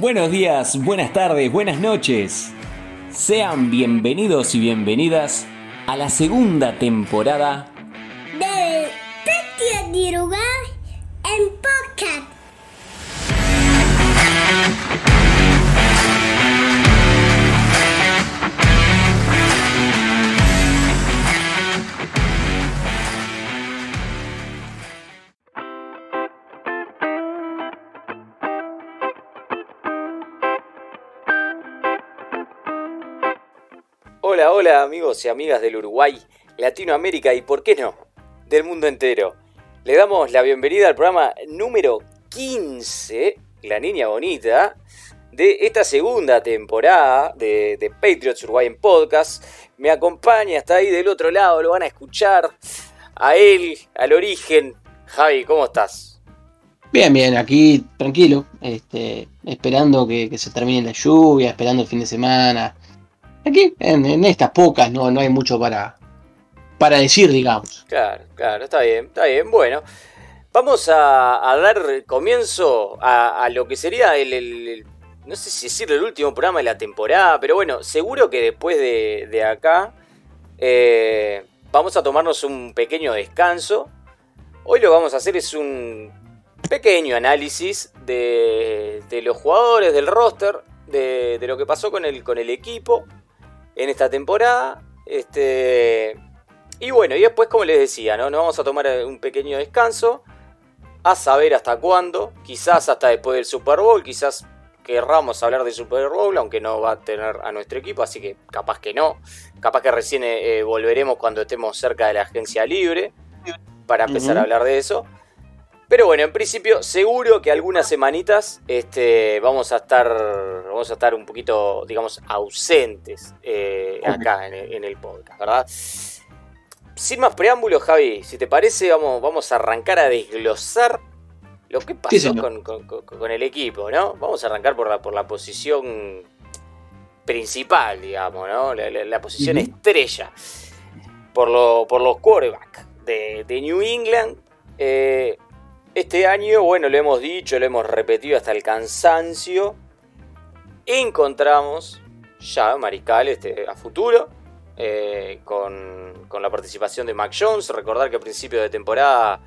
Buenos días, buenas tardes, buenas noches. Sean bienvenidos y bienvenidas a la segunda temporada de Petty Diruga en podcast. Hola amigos y amigas del Uruguay, Latinoamérica y, ¿por qué no?, del mundo entero. Le damos la bienvenida al programa número 15, La Niña Bonita, de esta segunda temporada de Patriots Uruguay en Podcast. Me acompaña, está ahí del otro lado, lo van a escuchar a él, al origen. Javi, ¿cómo estás? Bien, aquí tranquilo, esperando que se termine la lluvia, esperando el fin de semana. Aquí, en estas pocas, no hay mucho para decir, digamos. Claro, está bien. Bueno, vamos a dar comienzo a lo que sería el no sé si decirlo, el último programa de la temporada, pero bueno, seguro que después de acá vamos a tomarnos un pequeño descanso. Hoy lo que vamos a hacer es un pequeño análisis de los jugadores, del roster, de lo que pasó con el equipo en esta temporada, y bueno, y después, como les decía, ¿no? Nos vamos a tomar un pequeño descanso, a saber hasta cuándo, quizás hasta después del Super Bowl, quizás querramos hablar del Super Bowl, aunque no va a tener a nuestro equipo, así que capaz que no, capaz que recién volveremos cuando estemos cerca de la agencia libre, para empezar a hablar de eso. Pero bueno, en principio, seguro que algunas semanitas vamos a estar un poquito, digamos, ausentes acá en el podcast, ¿verdad? Sin más preámbulos, Javi, si te parece, vamos a arrancar a desglosar lo que pasó con el equipo, ¿no? Vamos a arrancar por la posición principal, digamos, ¿no? La posición estrella, por los quarterbacks de New England. Este año, bueno, lo hemos dicho, lo hemos repetido hasta el cansancio. Encontramos ya mariscal a futuro, con la participación de Mac Jones. Recordar que a principio de temporada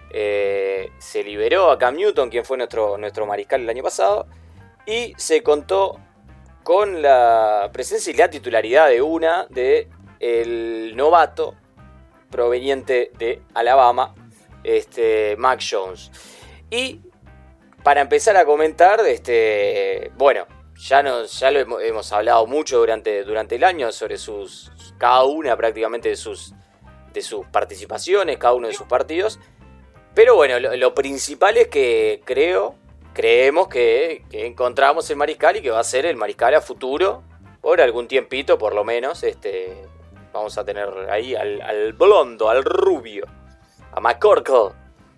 se liberó a Cam Newton, quien fue nuestro mariscal el año pasado, y se contó con la presencia y la titularidad de el novato proveniente de Alabama, Mac Jones. Y para empezar a comentar, bueno, ya lo hemos hablado mucho durante el año sobre cada una prácticamente de sus participaciones, cada uno de sus partidos. Pero bueno, lo principal es que creemos que encontramos el mariscal y que va a ser el mariscal a futuro, por algún tiempito por lo menos. Vamos a tener ahí al blondo, al rubio, a McCorkle,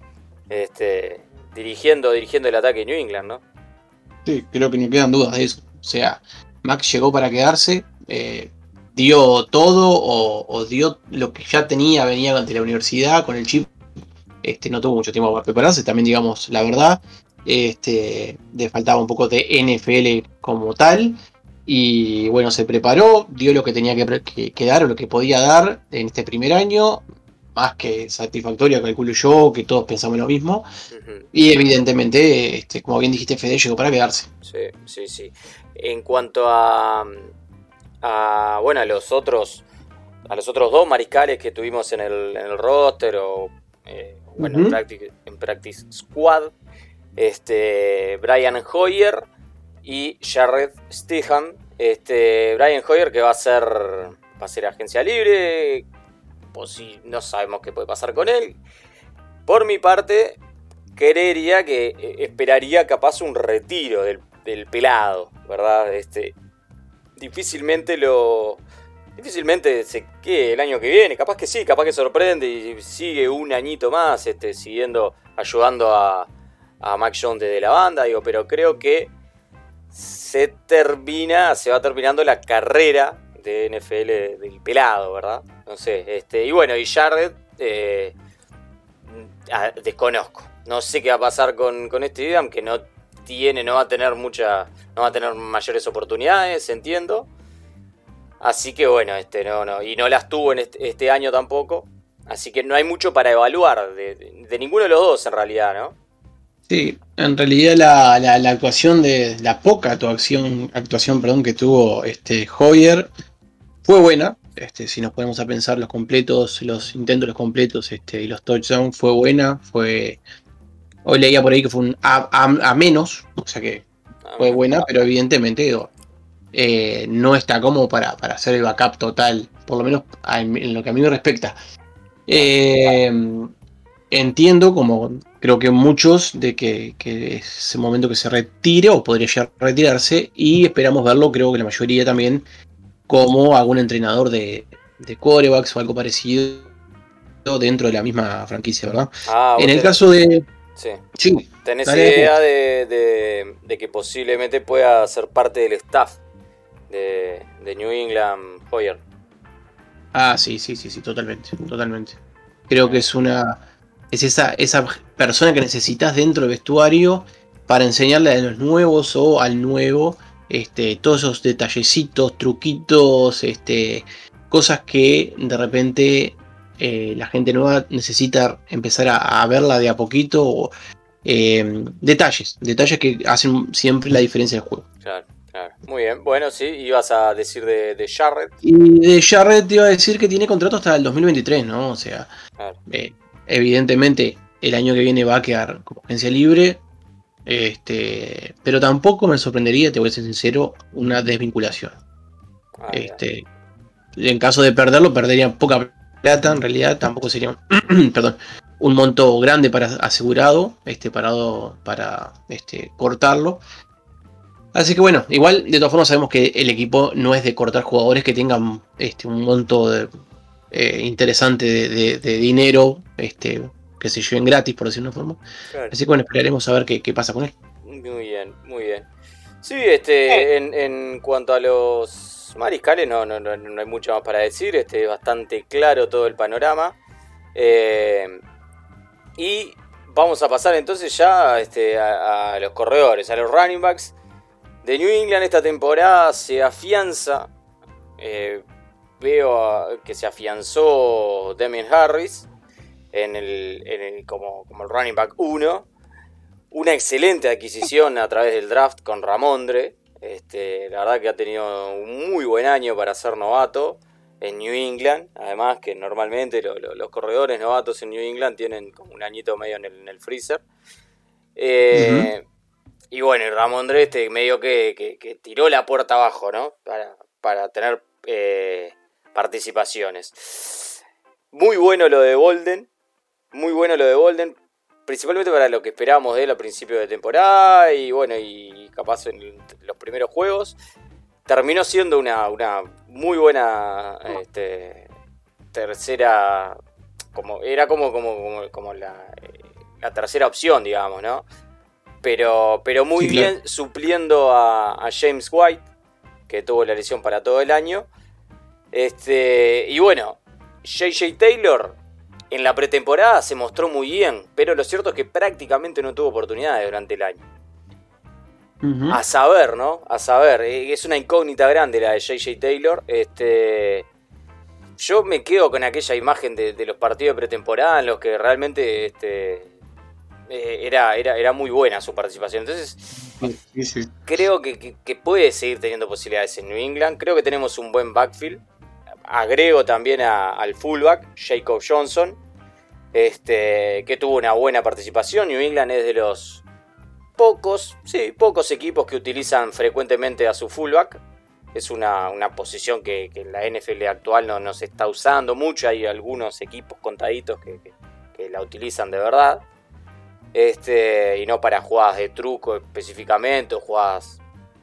dirigiendo el ataque de New England, ¿no? Sí, creo que ni quedan dudas de eso. O sea, Mac llegó para quedarse, dio todo o dio lo que ya venía ante la universidad con el chip. No tuvo mucho tiempo para prepararse, también digamos la verdad. Le faltaba un poco de NFL como tal. Y bueno, se preparó, dio lo que tenía que dar o lo que podía dar en este primer año. Más que satisfactoria, calculo yo, que todos pensamos lo mismo. Uh-huh. Y evidentemente, como bien dijiste, Fede, llegó para quedarse. Sí. En cuanto a los otros dos mariscales que tuvimos en el roster o uh-huh, en practice squad, Brian Hoyer y Jared Stidham. Brian Hoyer, que va a ser agencia libre, pues si no sabemos qué puede pasar con él. Por mi parte, esperaría capaz un retiro del pelado, ¿verdad? Difícilmente se quede el año que viene. Capaz que sí, capaz que sorprende y sigue un añito más, ayudando a Mac Jones desde la banda, pero creo que se va terminando la carrera de NFL del pelado, ¿verdad? No sé, y bueno, y Jared desconozco. No sé qué va a pasar con Stidham, que no no va a tener mayores oportunidades, entiendo. Así que bueno, y no las tuvo en este año tampoco. Así que no hay mucho para evaluar de ninguno de los dos en realidad, ¿no? Sí, en realidad la actuación la poca actuación, perdón, que tuvo Hoyer fue buena. Si nos ponemos a pensar los intentos completos y los touchdowns, fue buena. Hoy leía por ahí que fue un a menos, o sea que fue buena, pero evidentemente no está como para hacer el backup total, por lo menos en lo que a mí me respecta. Entiendo, como creo que muchos, de que es el momento que se retire o podría llegar a retirarse, y esperamos verlo, creo que la mayoría también, como algún entrenador de quarterbacks o algo parecido dentro de la misma franquicia, ¿verdad? En el caso de... Sí. ¿Tenés idea de que posiblemente pueda ser parte del staff de New England Hoyer? Ah, sí, totalmente. Creo que es esa persona que necesitas dentro del vestuario para enseñarle a los nuevos o al nuevo todos esos detallecitos, truquitos, cosas que de repente la gente nueva necesita empezar a verla de a poquito. Detalles que hacen siempre la diferencia del juego. Claro. Muy bien, bueno, sí, ibas a decir de Jarrett. Y de Jarrett te iba a decir que tiene contrato hasta el 2023, ¿no? O sea, claro. Evidentemente el año que viene va a quedar como agencia libre, pero tampoco me sorprendería, te voy a ser sincero, una desvinculación. En caso de perderlo, perdería poca plata, en realidad tampoco sería un monto grande asegurado, para cortarlo. Así que bueno, igual de todas formas sabemos que el equipo no es de cortar jugadores que tengan un monto interesante de dinero, que se lleven gratis, por decirlo de una forma. Claro. Así que bueno, esperaremos a ver qué pasa con él. Muy bien. Sí, en cuanto a los mariscales no hay mucho más para decir, es bastante claro todo el panorama. Y vamos a pasar entonces ya a los corredores, a los running backs. De New England esta temporada se afianza, veo que se afianzó Damien Harris como el running back 1. Una excelente adquisición a través del draft con Ramondre. La verdad que ha tenido un muy buen año para ser novato en New England. Además que normalmente los corredores novatos en New England tienen como un añito medio en el freezer. Y bueno, y Ramondre medio que tiró la puerta abajo, ¿no? Para tener participaciones. Muy bueno lo de Bolden. Principalmente para lo que esperábamos de él a principio de temporada. Y bueno, y capaz en los primeros juegos. Terminó siendo una muy buena tercera. Era como la tercera opción, digamos, ¿no? Pero muy sí, bien, claro. Supliendo a James White, que tuvo la lesión para todo el año. Y bueno, J.J. Taylor en la pretemporada se mostró muy bien, pero lo cierto es que prácticamente no tuvo oportunidades durante el año. Uh-huh. A saber, ¿no? Es una incógnita grande la de J.J. Taylor. Yo me quedo con aquella imagen de los partidos de pretemporada en los que realmente era muy buena su participación. Entonces sí. Creo que puede seguir teniendo posibilidades en New England. Creo que tenemos un buen backfield. Agrego también al fullback Jacob Johnson, que tuvo una buena participación. New England es de los pocos equipos que utilizan frecuentemente a su fullback. Es una posición que en la NFL actual no se está usando mucho. Hay algunos equipos contaditos que la utilizan de verdad. Y no para jugadas de truco específicamente o jugadas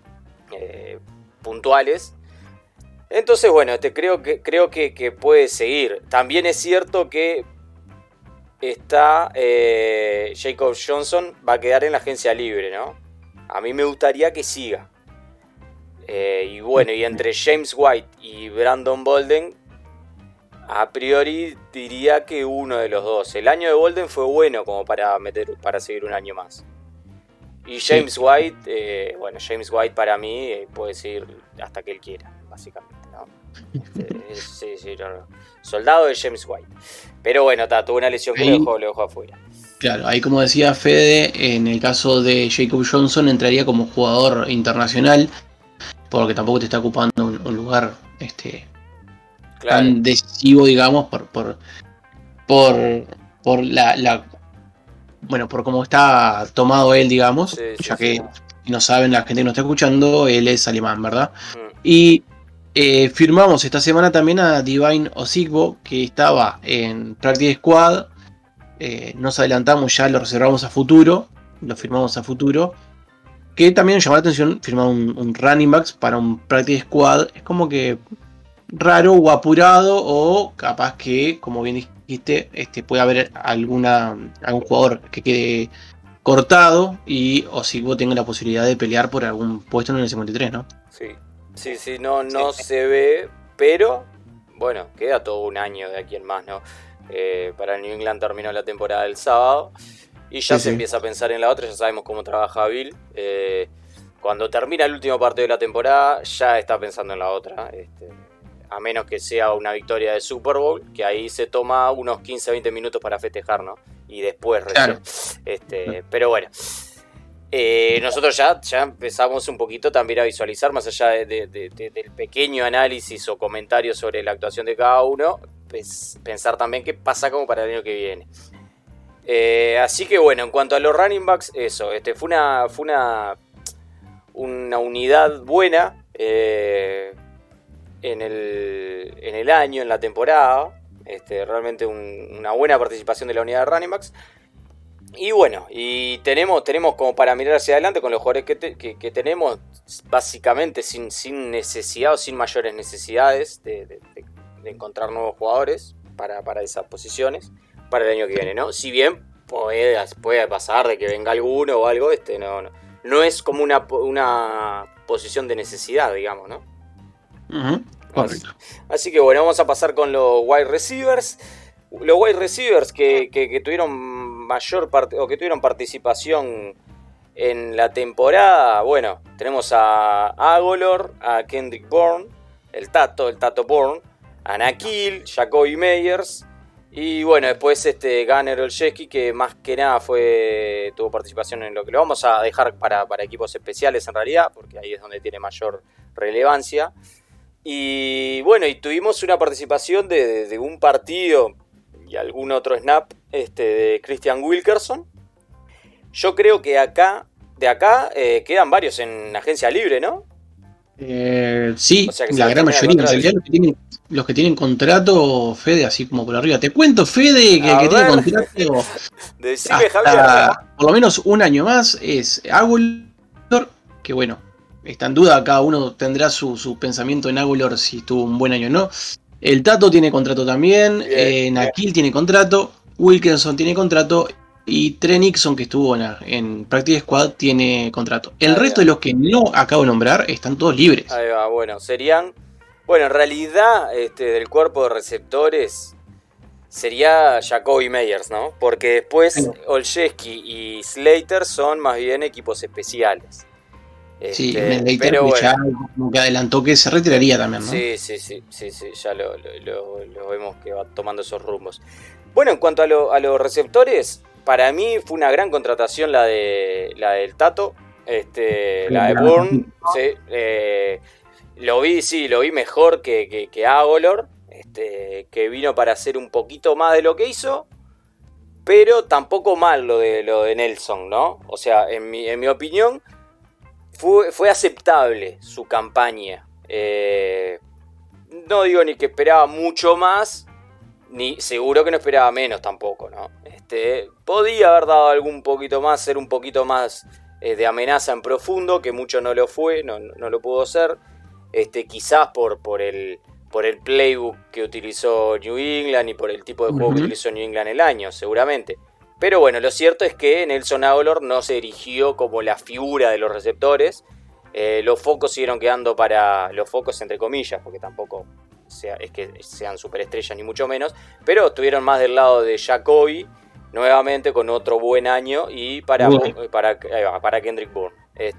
puntuales. Entonces bueno, creo que puede seguir. También es cierto que está Jacob Johnson va a quedar en la agencia libre, ¿no? A mí me gustaría que siga. Y bueno, y entre James White y Brandon Bolden, a priori diría que uno de los dos. El año de Bolden fue bueno como para seguir un año más. Y James White, bueno, James White para mí puede seguir hasta que él quiera, básicamente, ¿no? Sí, no. Soldado de James White. Pero bueno, tuvo una lesión que lo dejó afuera. Claro, ahí como decía Fede, en el caso de Jacob Johnson entraría como jugador internacional, porque tampoco te está ocupando un lugar tan decisivo, digamos, por bueno, por cómo está tomado él, digamos, ya que no saben, la gente que nos está escuchando, él es alemán, ¿verdad? Y firmamos esta semana también a Divine Osigbo, que estaba en Practice Squad. Nos adelantamos, ya lo reservamos a futuro, lo firmamos a futuro. Que también llamó la atención firmar un running backs para un Practice Squad. Es como que raro o apurado, o capaz que, como bien dijiste, puede haber algún jugador que quede cortado y Osigbo tenga la posibilidad de pelear por algún puesto en el 53, ¿no? Sí, no se ve, pero bueno, queda todo un año de aquí en más, ¿no? Para New England terminó la temporada el sábado y ya se empieza a pensar en la otra. Ya sabemos cómo trabaja Bill. Cuando termina el último partido de la temporada ya está pensando en la otra, a menos que sea una victoria de Super Bowl, que ahí se toma unos 15-20 minutos para festejar, ¿no? Y después recién. Claro. Pero bueno, nosotros ya empezamos un poquito también a visualizar, más allá del pequeño análisis o comentario sobre la actuación de cada uno, pues pensar también qué pasa como para el año que viene. Así que bueno, en cuanto a los running backs, eso, fue una unidad buena en el año, en la temporada. Realmente una buena participación de la unidad de running backs. Y bueno, y tenemos como para mirar hacia adelante con los jugadores que tenemos, básicamente sin necesidad o sin mayores necesidades de encontrar nuevos jugadores para esas posiciones para el año que viene, ¿no? Si bien puede pasar de que venga alguno o algo, no es como una posición de necesidad, digamos, ¿no? Uh-huh. Correcto. Así que bueno, vamos a pasar con los wide receivers. Los wide receivers que tuvieron que tuvieron participación en la temporada, bueno, tenemos a Agholor, a Kendrick Bourne, el Tato Bourne, a N'Keal, Jacoby Meyers y bueno, después Gunnar Olszewski, que más que nada tuvo participación en lo que lo vamos a dejar para equipos especiales en realidad, porque ahí es donde tiene mayor relevancia. Y bueno, y tuvimos una participación de un partido y algún otro snap de Christian Wilkerson. Yo creo que de acá quedan varios en agencia libre, ¿no? Sí, o sea la gran mayoría. En realidad los que tienen contrato, Fede, así como por arriba. Te cuento, Fede, que tiene contrato Decime, Javier. Por lo menos un año más es Agholor, que bueno, está en duda, cada uno tendrá su pensamiento en Agholor si tuvo un buen año o no. El Tato tiene contrato también, N'Keal tiene contrato, Wilkinson tiene contrato y Trey Nixon, que estuvo en Practice Squad, tiene contrato. El resto de los que no acabo de nombrar están todos libres. Ahí va, bueno, serían... Bueno, en realidad del cuerpo de receptores sería Jacoby Meyers, ¿no? Porque después Olszewski y Slater son más bien equipos especiales. Sí, pero bueno, ya como que adelantó que se retiraría también, ¿no? Sí, ya lo vemos que va tomando esos rumbos. Bueno, en cuanto a los receptores, para mí fue una gran contratación la del Tato, la de Bourne, sí, lo vi mejor que Agholor, que vino para hacer un poquito más de lo que hizo, pero tampoco mal lo de Nelson, ¿no? O sea, en mi opinión, fue aceptable su campaña. No digo ni que esperaba mucho más, ni seguro que no esperaba menos tampoco, ¿no? Podía haber dado algún poquito más, ser un poquito más de amenaza en profundo, que mucho no lo fue, no lo pudo ser. Quizás por el playbook que utilizó New England y por el tipo de juego que utilizó New England el año, seguramente. Pero bueno, lo cierto es que Nelson Agholor no se erigió como la figura de los receptores. Los focos siguieron quedando para los focos entre comillas, porque tampoco es que sean superestrellas ni mucho menos, pero estuvieron más del lado de Jacoby nuevamente con otro buen año y para Kendrick Bourne.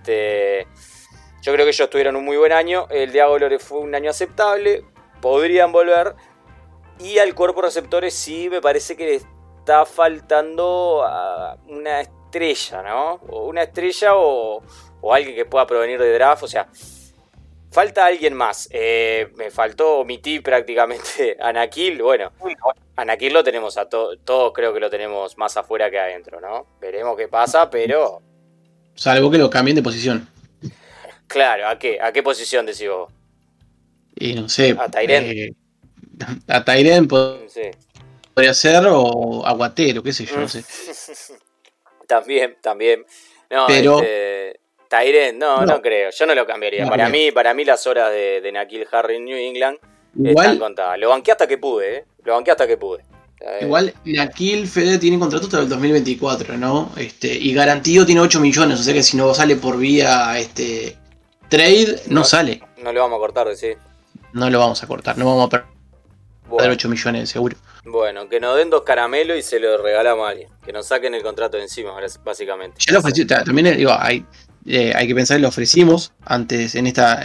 Yo creo que ellos tuvieron un muy buen año, el de Agolor fue un año aceptable, podrían volver, y al cuerpo de receptores sí me parece que le está faltando una estrella, ¿no? O una estrella o alguien que pueda provenir de draft, o sea, falta alguien más. Me faltó, omití prácticamente a Nakil. Bueno, a Nakil lo tenemos todos creo que lo tenemos más afuera que adentro, ¿no? Veremos qué pasa, pero... Salvo que lo cambien de posición. Claro, ¿a qué posición decís vos? Y no sé. ¿A Tyren? A Tyren Sí. podría ser, o Aguatero, qué sé yo, no sé. También. No, pero... Tyren, no creo. Yo no lo cambiaría. Para mí las horas de Nakil Harry en New England están contadas. Lo banqué hasta que pude, Igual Nakil Fede tiene contrato hasta el 2024, ¿no? Y Garantido tiene 8 millones, o sea que si no sale por vía trade, no sale. No lo vamos a cortar, sí. No lo vamos a cortar, no vamos a perder 8 millones seguro. Bueno, que nos den 2 caramelos y se lo regalamos a alguien. Que nos saquen el contrato de encima, básicamente. Ya lo ofrecí, también digo, hay que pensar que lo ofrecimos antes en esta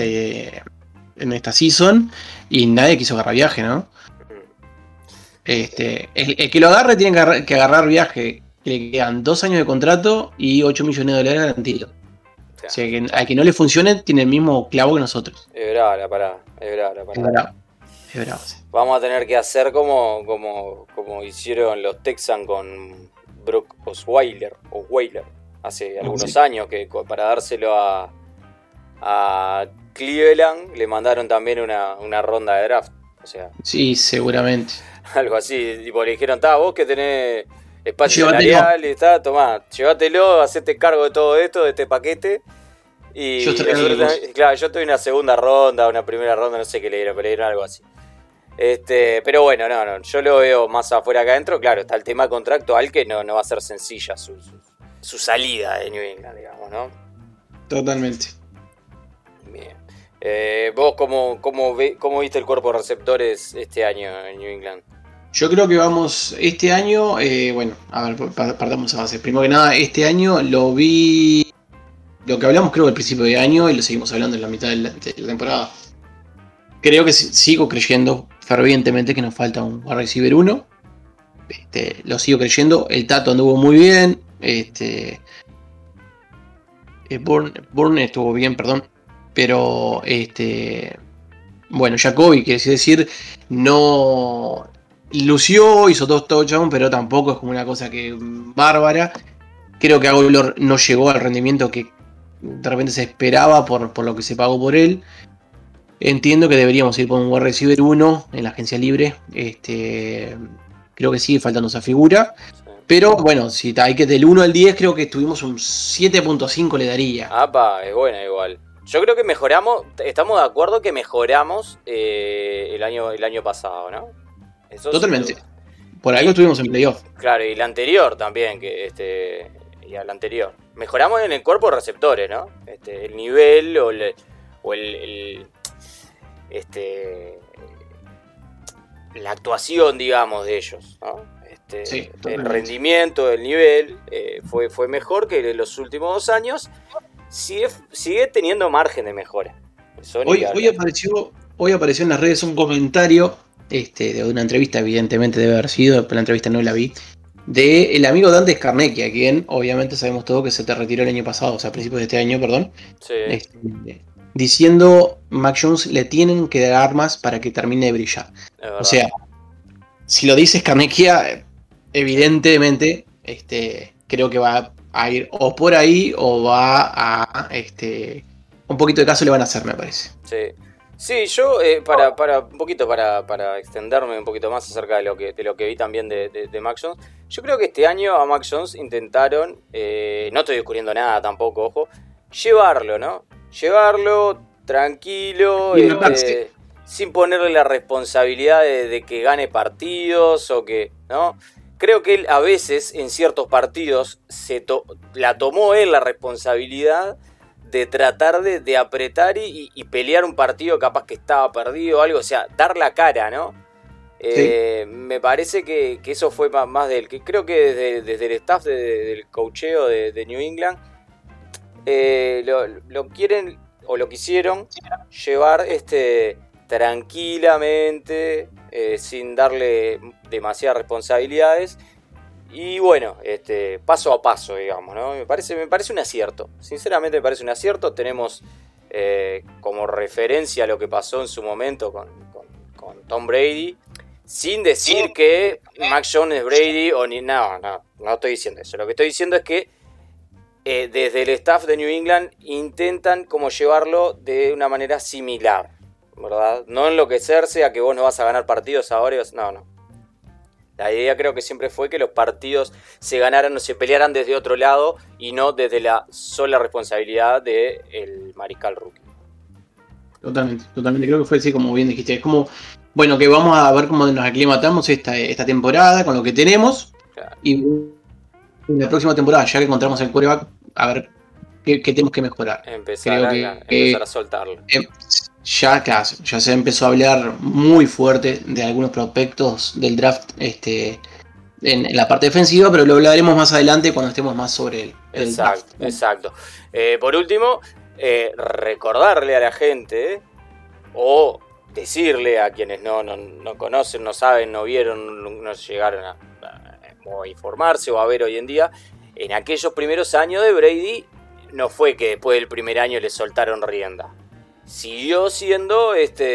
season y nadie quiso agarrar viaje, ¿no? El que lo agarre tiene que agarrar viaje, que le quedan 2 años de contrato y 8 millones de dólares garantidos. O sea, que al que no le funcione tiene el mismo clavo que nosotros. Es brava la parada. Es bravo, sí. Vamos a tener que hacer como hicieron los Texans con Brock Osweiler hace algunos años, que para dárselo a Cleveland le mandaron también una ronda de draft. O sea, sí, seguramente. Algo así, tipo, le dijeron, vos que tenés espacio salarial, tomá, llévatelo, hacete cargo de todo esto, de este paquete. Y yo te doy una segunda ronda, una primera ronda, no sé qué le dieron algo así. Pero bueno, no, yo lo veo más afuera que adentro. Claro, está el tema contractual que no va a ser sencilla su salida de New England, digamos, ¿no? Totalmente. Bien. ¿Vos cómo viste el cuerpo de receptores este año en New England? Yo creo que vamos este año, bueno, a ver, partamos a base. Primero que nada, este año lo vi, lo que hablamos creo al principio de año y lo seguimos hablando en la mitad de la temporada. Creo que sigo creyendo fervientemente que nos falta un wide receiver 1. Lo sigo creyendo. El Tato anduvo muy bien. Bourne estuvo bien, perdón. Pero bueno, Jacoby, quiere decir, no lució, hizo 2 touchdowns, pero tampoco es como una cosa que bárbara. Creo que Agolor no llegó al rendimiento que de repente se esperaba por lo que se pagó por él. Entiendo que deberíamos ir por un wide receiver 1 en la agencia libre. Creo que sigue faltando esa figura. Pero bueno, si hay que del 1 al 10, creo que estuvimos un 7.5 le daría. Es buena igual. Yo creo que mejoramos, estamos de acuerdo que mejoramos el año pasado, ¿no? Eso totalmente. Por algo estuvimos en playoff. Claro, y la anterior también, y a la anterior. Mejoramos en el cuerpo de receptores, ¿no? El nivel o la actuación, digamos, de ellos, ¿no? Sí, el rendimiento, el nivel fue mejor que en los últimos 2 años. Sigue teniendo margen de mejora. Hoy apareció en las redes un comentario de una entrevista, evidentemente debe haber sido, pero la entrevista no la vi, de el amigo Dante Scarnecchia, a quien obviamente sabemos todo que se te retiró el año pasado, o sea, a principios de este año, perdón. Sí. Diciendo Mac Jones le tienen que dar armas para que termine de brillar. O sea, si lo dice Scarnecchia, evidentemente creo que va a ir o por ahí o va a un poquito de caso le van a hacer, me parece. Sí, yo para un poquito para extenderme un poquito más acerca de lo que vi también de Mac Jones. Yo creo que este año a Mac Jones intentaron, no estoy descubriendo nada tampoco, ojo, llevarlo, ¿no? Llevarlo tranquilo, sin ponerle la responsabilidad de que gane partidos o que, ¿no? Creo que él a veces en ciertos partidos la tomó él la responsabilidad de tratar de apretar y pelear un partido capaz que estaba perdido o algo, o sea, dar la cara, ¿no? Sí. Me parece que eso fue más de él. Que creo que desde el staff del coacheo de New England lo quieren o lo quisieron llevar tranquilamente, sin darle demasiadas responsabilidades. Y bueno, paso a paso, digamos, ¿no? Me parece un acierto. Sinceramente me parece un acierto. Tenemos como referencia lo que pasó en su momento con Tom Brady. Sin decir que Mac Jones es Brady o ni... No estoy diciendo eso. Lo que estoy diciendo es que desde el staff de New England intentan como llevarlo de una manera similar, ¿verdad? No enloquecerse a que vos no vas a ganar partidos ahora. No. La idea creo que siempre fue que los partidos se ganaran o se pelearan desde otro lado y no desde la sola responsabilidad del mariscal rookie. Totalmente. Creo que fue así como bien dijiste. Es como, bueno, que vamos a ver cómo nos aclimatamos esta temporada con lo que tenemos. Claro. Y en la próxima temporada, ya que encontramos el quarterback, a ver qué tenemos que mejorar. Empezar a soltarlo. Ya se empezó a hablar muy fuerte de algunos prospectos del draft en la parte defensiva, pero lo hablaremos más adelante cuando estemos más sobre el draft. Exacto. Por último, recordarle a la gente o decirle a quienes no conocen, no saben, no vieron, no llegaron a informarse o a ver hoy en día, en aquellos primeros años de Brady no fue que después del primer año le soltaron rienda. Siguió siendo,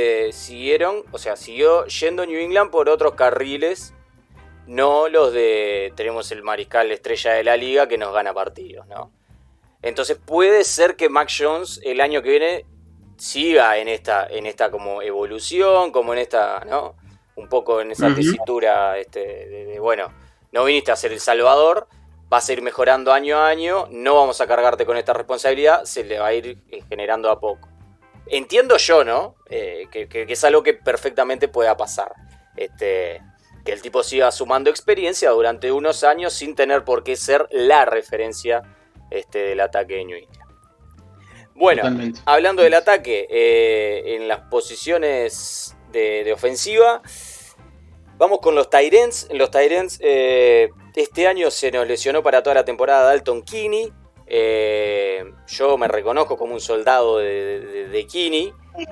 siguió yendo New England por otros carriles, no los de tenemos el mariscal estrella de la liga que nos gana partidos, ¿no? Entonces puede ser que Mac Jones el año que viene siga en esta como evolución, como en esta, ¿no? Un poco en esa tesitura de bueno, no viniste a ser el salvador, vas a ir mejorando año a año, no vamos a cargarte con esta responsabilidad, se le va a ir generando a poco. Entiendo yo, ¿no? Que es algo que perfectamente pueda pasar. Que el tipo siga sumando experiencia durante unos años sin tener por qué ser la referencia del ataque de New England. Bueno, totalmente. Hablando del ataque, en las posiciones de ofensiva, vamos con los tight ends. En los tight ends, este año se nos lesionó para toda la temporada Dalton Kinney. Yo me reconozco como un soldado de Kinney,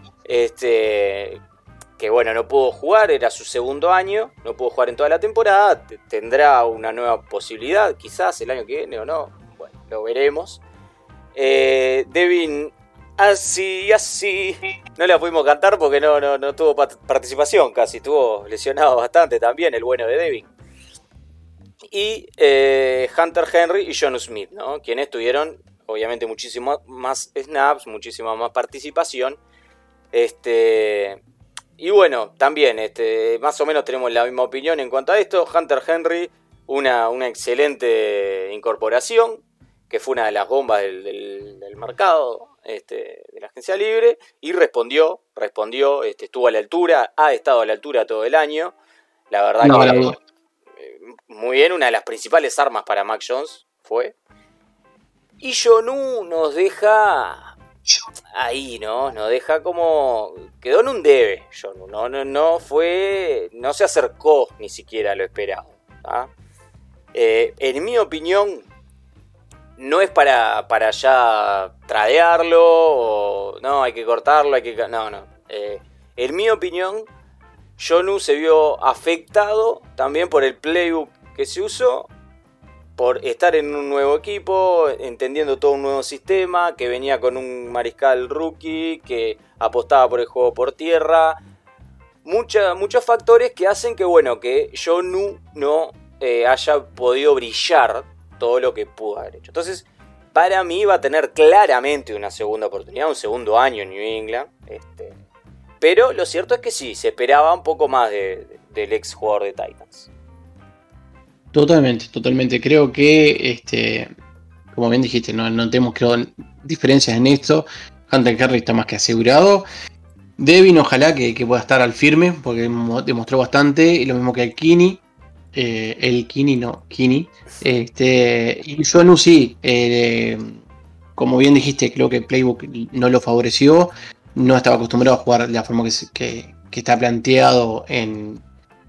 que bueno, no pudo jugar, era su segundo año, no pudo jugar en toda la temporada, tendrá una nueva posibilidad, quizás el año que viene o no, bueno, lo veremos. Devin así, no la pudimos cantar porque no tuvo participación casi, estuvo lesionado bastante también el bueno de Devin. Y Hunter Henry y Jonnu Smith, ¿no? Quienes tuvieron obviamente muchísimo más snaps, muchísima más participación. Y bueno, también más o menos tenemos la misma opinión en cuanto a esto. Hunter Henry, una excelente incorporación, que fue una de las bombas del mercado de la agencia libre, y respondió, estuvo a la altura, ha estado a la altura todo el año. La verdad que muy bien, una de las principales armas para Mac Jones fue. Y Jonnu nos deja ahí, ¿no? Nos deja como... quedó en un debe, Jonnu. No se acercó ni siquiera a lo esperado, ¿tá? En mi opinión, no es para ya tradearlo, o no, hay que cortarlo, no. En mi opinión, Jonnu se vio afectado también por el playbook que se usó, por estar en un nuevo equipo, entendiendo todo un nuevo sistema, que venía con un mariscal rookie, que apostaba por el juego por tierra. Muchos factores que hacen que, bueno, que Jonnu no haya podido brillar todo lo que pudo haber hecho. Entonces, para mí va a tener claramente una segunda oportunidad, un segundo año en New England. Pero lo cierto es que sí, se esperaba un poco más del ex jugador de Titans. Totalmente. Creo que, como bien dijiste, no tenemos diferencias en esto. Hunter Henry está más que asegurado. Devin, ojalá que pueda estar al firme, porque demostró bastante. Y lo mismo que el Kinney. Kinney. Y Jonnu sí, como bien dijiste, creo que el playbook no lo favoreció. No estaba acostumbrado a jugar de la forma que está planteado en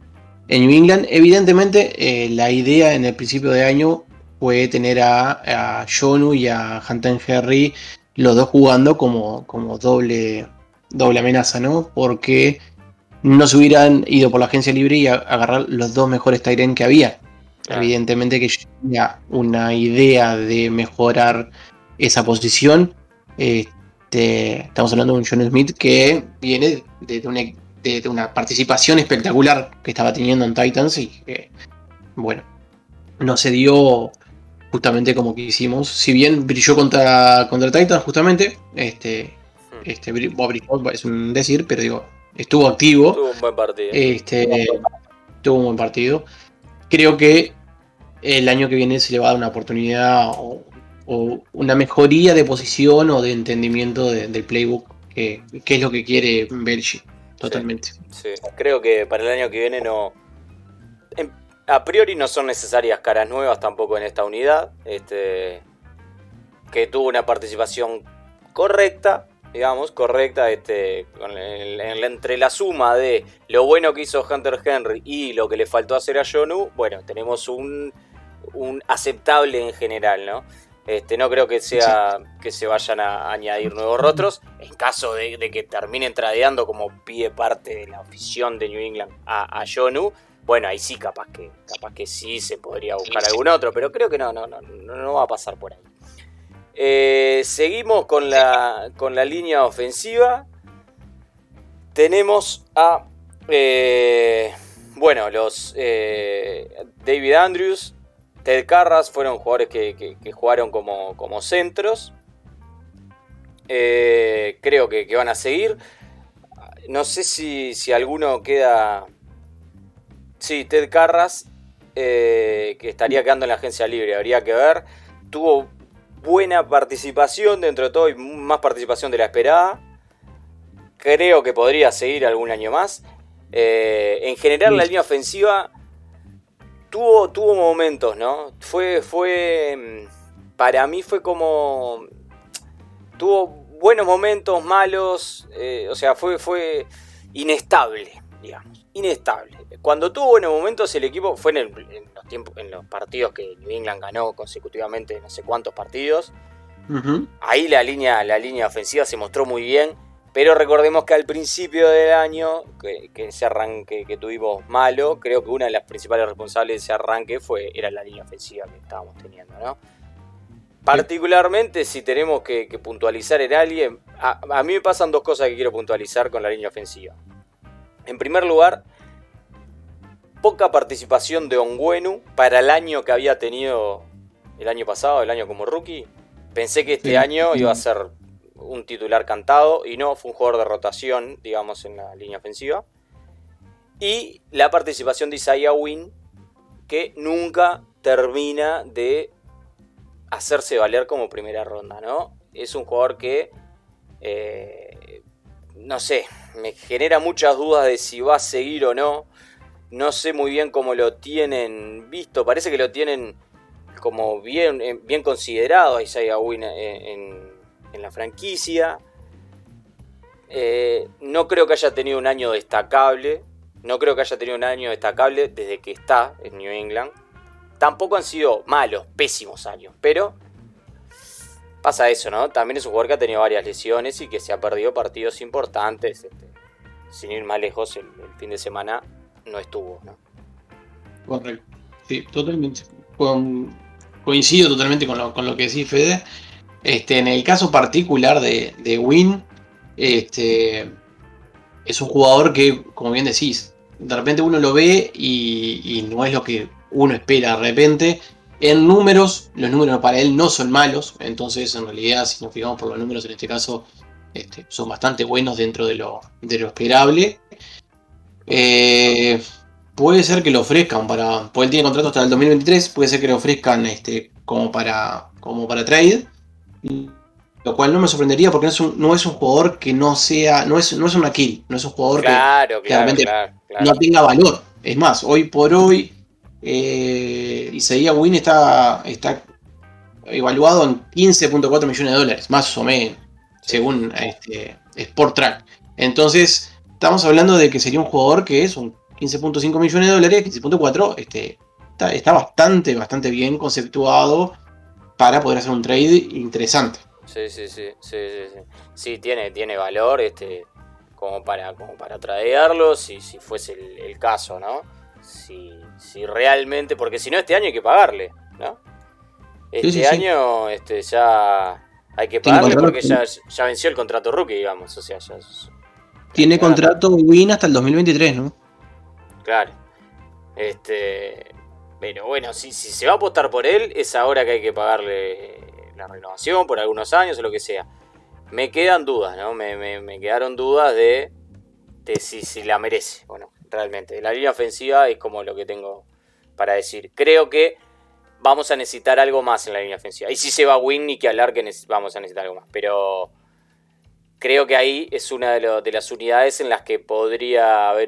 en New England. Evidentemente, la idea en el principio de año fue tener a Jonnu y a Hunter Henry, los dos jugando como doble amenaza, ¿no? Porque no se hubieran ido por la agencia libre y agarrar los dos mejores tight end que había. Claro. Evidentemente que yo tenía una idea de mejorar esa posición. Estamos hablando de un Jonnu Smith que viene de una participación espectacular que estaba teniendo en Titans y que, bueno, no se dio justamente como quisimos. Si bien brilló contra Titans, justamente, brilló, es un decir, pero digo, estuvo activo. Tuvo un buen partido. Tuvo un buen partido. Creo que el año que viene se le va a dar una oportunidad o una mejoría de posición o de entendimiento del playbook, que es lo que quiere Belichick, totalmente. Sí. Creo que para el año que viene no... A priori no son necesarias caras nuevas tampoco en esta unidad, que tuvo una participación correcta, entre la suma de lo bueno que hizo Hunter Henry y lo que le faltó hacer a Jonnu, bueno, tenemos un aceptable en general, ¿no? No creo que sea que se vayan a añadir nuevos rostros. En caso de que terminen tradeando, como pide parte de la afición de New England a Jonnu, bueno, ahí sí capaz que sí se podría buscar algún otro, pero creo que no va a pasar por ahí. Seguimos con la línea ofensiva. Tenemos a los David Andrews, Ted Karras fueron jugadores que jugaron como centros. Creo que van a seguir. No sé si alguno queda. Sí, Ted Karras, que estaría quedando en la agencia libre, habría que ver. Tuvo buena participación dentro de todo y más participación de la esperada. Creo que podría seguir algún año más. En general, la línea ofensiva tuvo momentos, ¿no? Para mí fue como... Tuvo buenos momentos, malos, fue inestable, digamos. Inestable. Cuando tuvo buenos momentos el equipo fue en los partidos que New England ganó consecutivamente no sé cuántos partidos. Uh-huh. Ahí la línea ofensiva se mostró muy bien, pero recordemos que al principio del año, que ese arranque que tuvimos malo, creo que una de las principales responsables de ese arranque era la línea ofensiva que estábamos teniendo, ¿no? Particularmente si tenemos que puntualizar en alguien, a mí me pasan dos cosas que quiero puntualizar con la línea ofensiva. En primer lugar, poca participación de Onwenu para el año que había tenido el año pasado, el año como rookie. Pensé que este año iba a ser un titular cantado y no, fue un jugador de rotación, digamos, en la línea ofensiva. Y la participación de Isaiah Wynn, que nunca termina de hacerse valer como primera ronda, ¿no? Es un jugador que, no sé, me genera muchas dudas de si va a seguir o no. No sé muy bien cómo lo tienen visto. Parece que lo tienen como bien considerado a Isaiah Wynn en la franquicia. No creo que haya tenido un año destacable. Desde que está en New England. Tampoco han sido malos, pésimos años. Pero pasa eso, ¿no? También es un jugador que ha tenido varias lesiones y que se ha perdido partidos importantes. Sin ir más lejos, el fin de semana no estuvo, ¿no? Correcto. Sí, totalmente. Coincido totalmente con lo que decís, Fede. En el caso particular de Wynn, es un jugador que, como bien decís, de repente uno lo ve y no es lo que uno espera de repente. En números, los números para él no son malos, entonces en realidad, si nos fijamos por los números en este caso, son bastante buenos dentro de lo esperable. Puede ser que lo ofrezcan porque él tiene contrato hasta el 2023, puede ser que lo ofrezcan como para trade, lo cual no me sorprendería porque no es un jugador que no es una kill, no es un jugador que realmente no tenga valor. Es más, hoy por hoy Isaiah Wynn está evaluado en $15.4 millones, más o menos, según Sport Track. Entonces estamos hablando de que sería un jugador que es un 15.5 millones de dólares, 15.4, está bastante bien conceptuado para poder hacer un trade interesante. Sí. Sí, tiene valor como para tradearlo, si fuese el caso, ¿no? Si realmente, porque si no, este año hay que pagarle, ¿no? Este año ya hay que pagarle porque ya venció el contrato rookie, digamos. O sea, tiene contrato win hasta el 2023, ¿no? Claro. Pero bueno, si se va a apostar por él, es ahora que hay que pagarle la renovación por algunos años o lo que sea. Me quedan dudas, ¿no? Me quedaron dudas de si la merece o no, realmente. La línea ofensiva es como lo que tengo para decir. Creo que vamos a necesitar algo más en la línea ofensiva. Y si se va Win, ni que hablar que vamos a necesitar algo más. Pero creo que ahí es una de las unidades en las que podría haber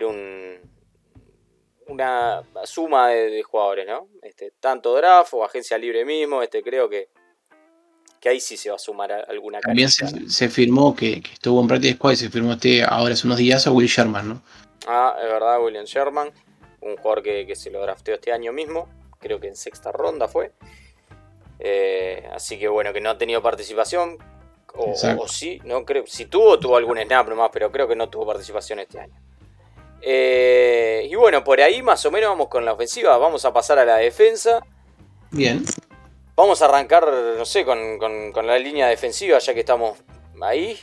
una suma de jugadores, ¿no? Tanto draft o agencia libre mismo, creo que ahí sí se va a sumar alguna carita. También se firmó que estuvo en Practice Squad y se firmó ahora hace unos días a Will Sherman, ¿no? Es verdad, William Sherman, un jugador que se lo drafteó este año mismo, creo que en 6ª ronda fue. Así que bueno, que no ha tenido participación, o sí, no creo, si tuvo algún snap nomás, pero creo que no tuvo participación este año. Y bueno, por ahí más o menos vamos con la ofensiva. Vamos a pasar a la defensa. Bien. Vamos a arrancar, no sé, con la línea defensiva, ya que estamos ahí.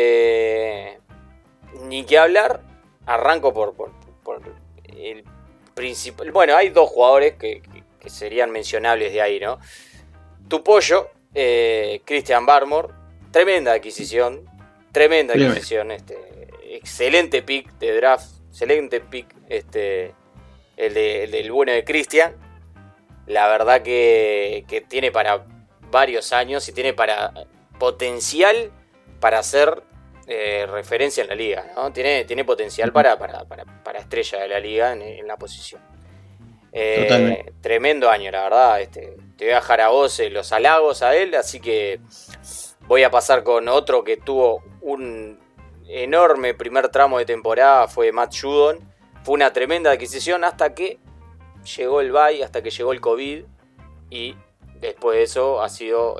Ni que hablar. Arranco por el principal. Bueno, hay 2 jugadores que serían mencionables de ahí, ¿no? Tu pollo, Christian Barmore. Tremenda adquisición. Excelente pick de draft. Excelente pick el del bueno de Christian. La verdad que tiene para varios años y tiene para potencial para ser referencia en la liga, ¿no? Tiene potencial para estrella de la liga en la posición. Tremendo año, la verdad. Te voy a dejar a vos los halagos a él, así que voy a pasar con otro que tuvo un enorme primer tramo de temporada, fue Matt Judon. Fue una tremenda adquisición hasta que llegó el bye, hasta que llegó el COVID, y después de eso ha sido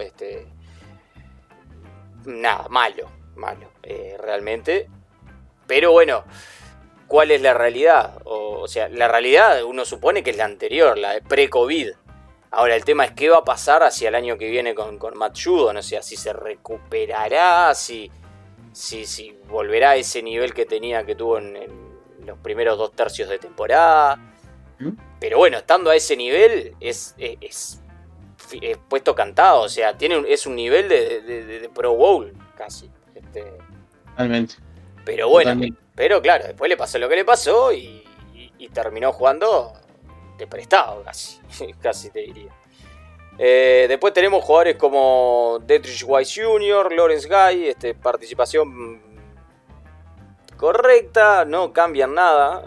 malo realmente. Pero bueno, ¿cuál es la realidad? O sea, la realidad uno supone que es la anterior, la de pre-COVID. Ahora el tema es qué va a pasar hacia el año que viene con Matt Judon. O sea, si se recuperará, si volverá a ese nivel que tuvo en los primeros 2 tercios de temporada. Pero bueno, estando a ese nivel es puesto cantado. O sea, es un nivel de Pro Bowl casi. Totalmente. Pero bueno, pero claro, después le pasó lo que le pasó y terminó jugando de prestado casi te diría. Después tenemos jugadores como Detrich Wise Jr., Lawrence Guy, participación correcta, no cambian nada,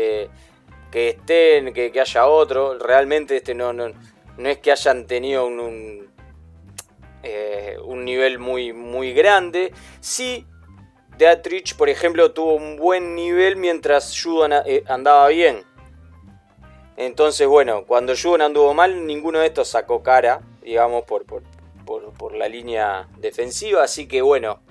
que haya otro, realmente no es que hayan tenido un nivel muy grande. Sí, Detrich, por ejemplo, tuvo un buen nivel mientras Judon andaba bien. Entonces, bueno, cuando Judon anduvo mal, ninguno de estos sacó cara, digamos, por la línea defensiva. Así que, bueno,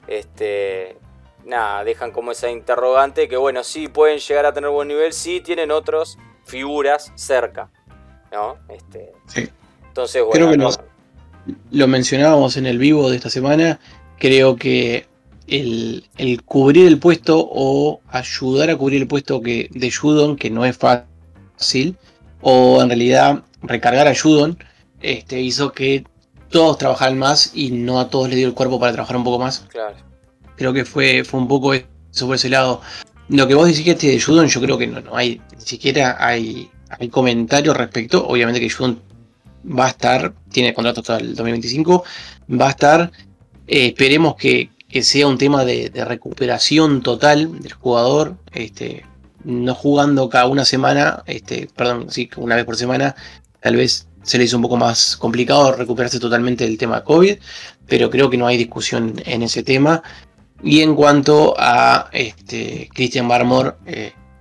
dejan como esa interrogante que, bueno, sí pueden llegar a tener buen nivel, sí tienen otras figuras cerca, ¿no? Sí. Entonces, bueno. Creo que lo mencionábamos en el vivo de esta semana. Creo que el cubrir el puesto o ayudar a cubrir el puesto de Judon, que no es fácil, o en realidad recargar a Judon, hizo que todos trabajaran más y no a todos les dio el cuerpo para trabajar un poco más. Claro. Creo que fue un poco eso por ese lado. Lo que vos decís que de Judon, yo creo que no hay, ni siquiera hay comentarios respecto. Obviamente que Judon va a estar, tiene contrato hasta el 2025, va a estar, esperemos que sea un tema de recuperación total del jugador, no jugando cada una semana, una vez por semana, tal vez se le hizo un poco más complicado recuperarse totalmente del tema COVID, pero creo que no hay discusión en ese tema. Y en cuanto a Christian Barmore,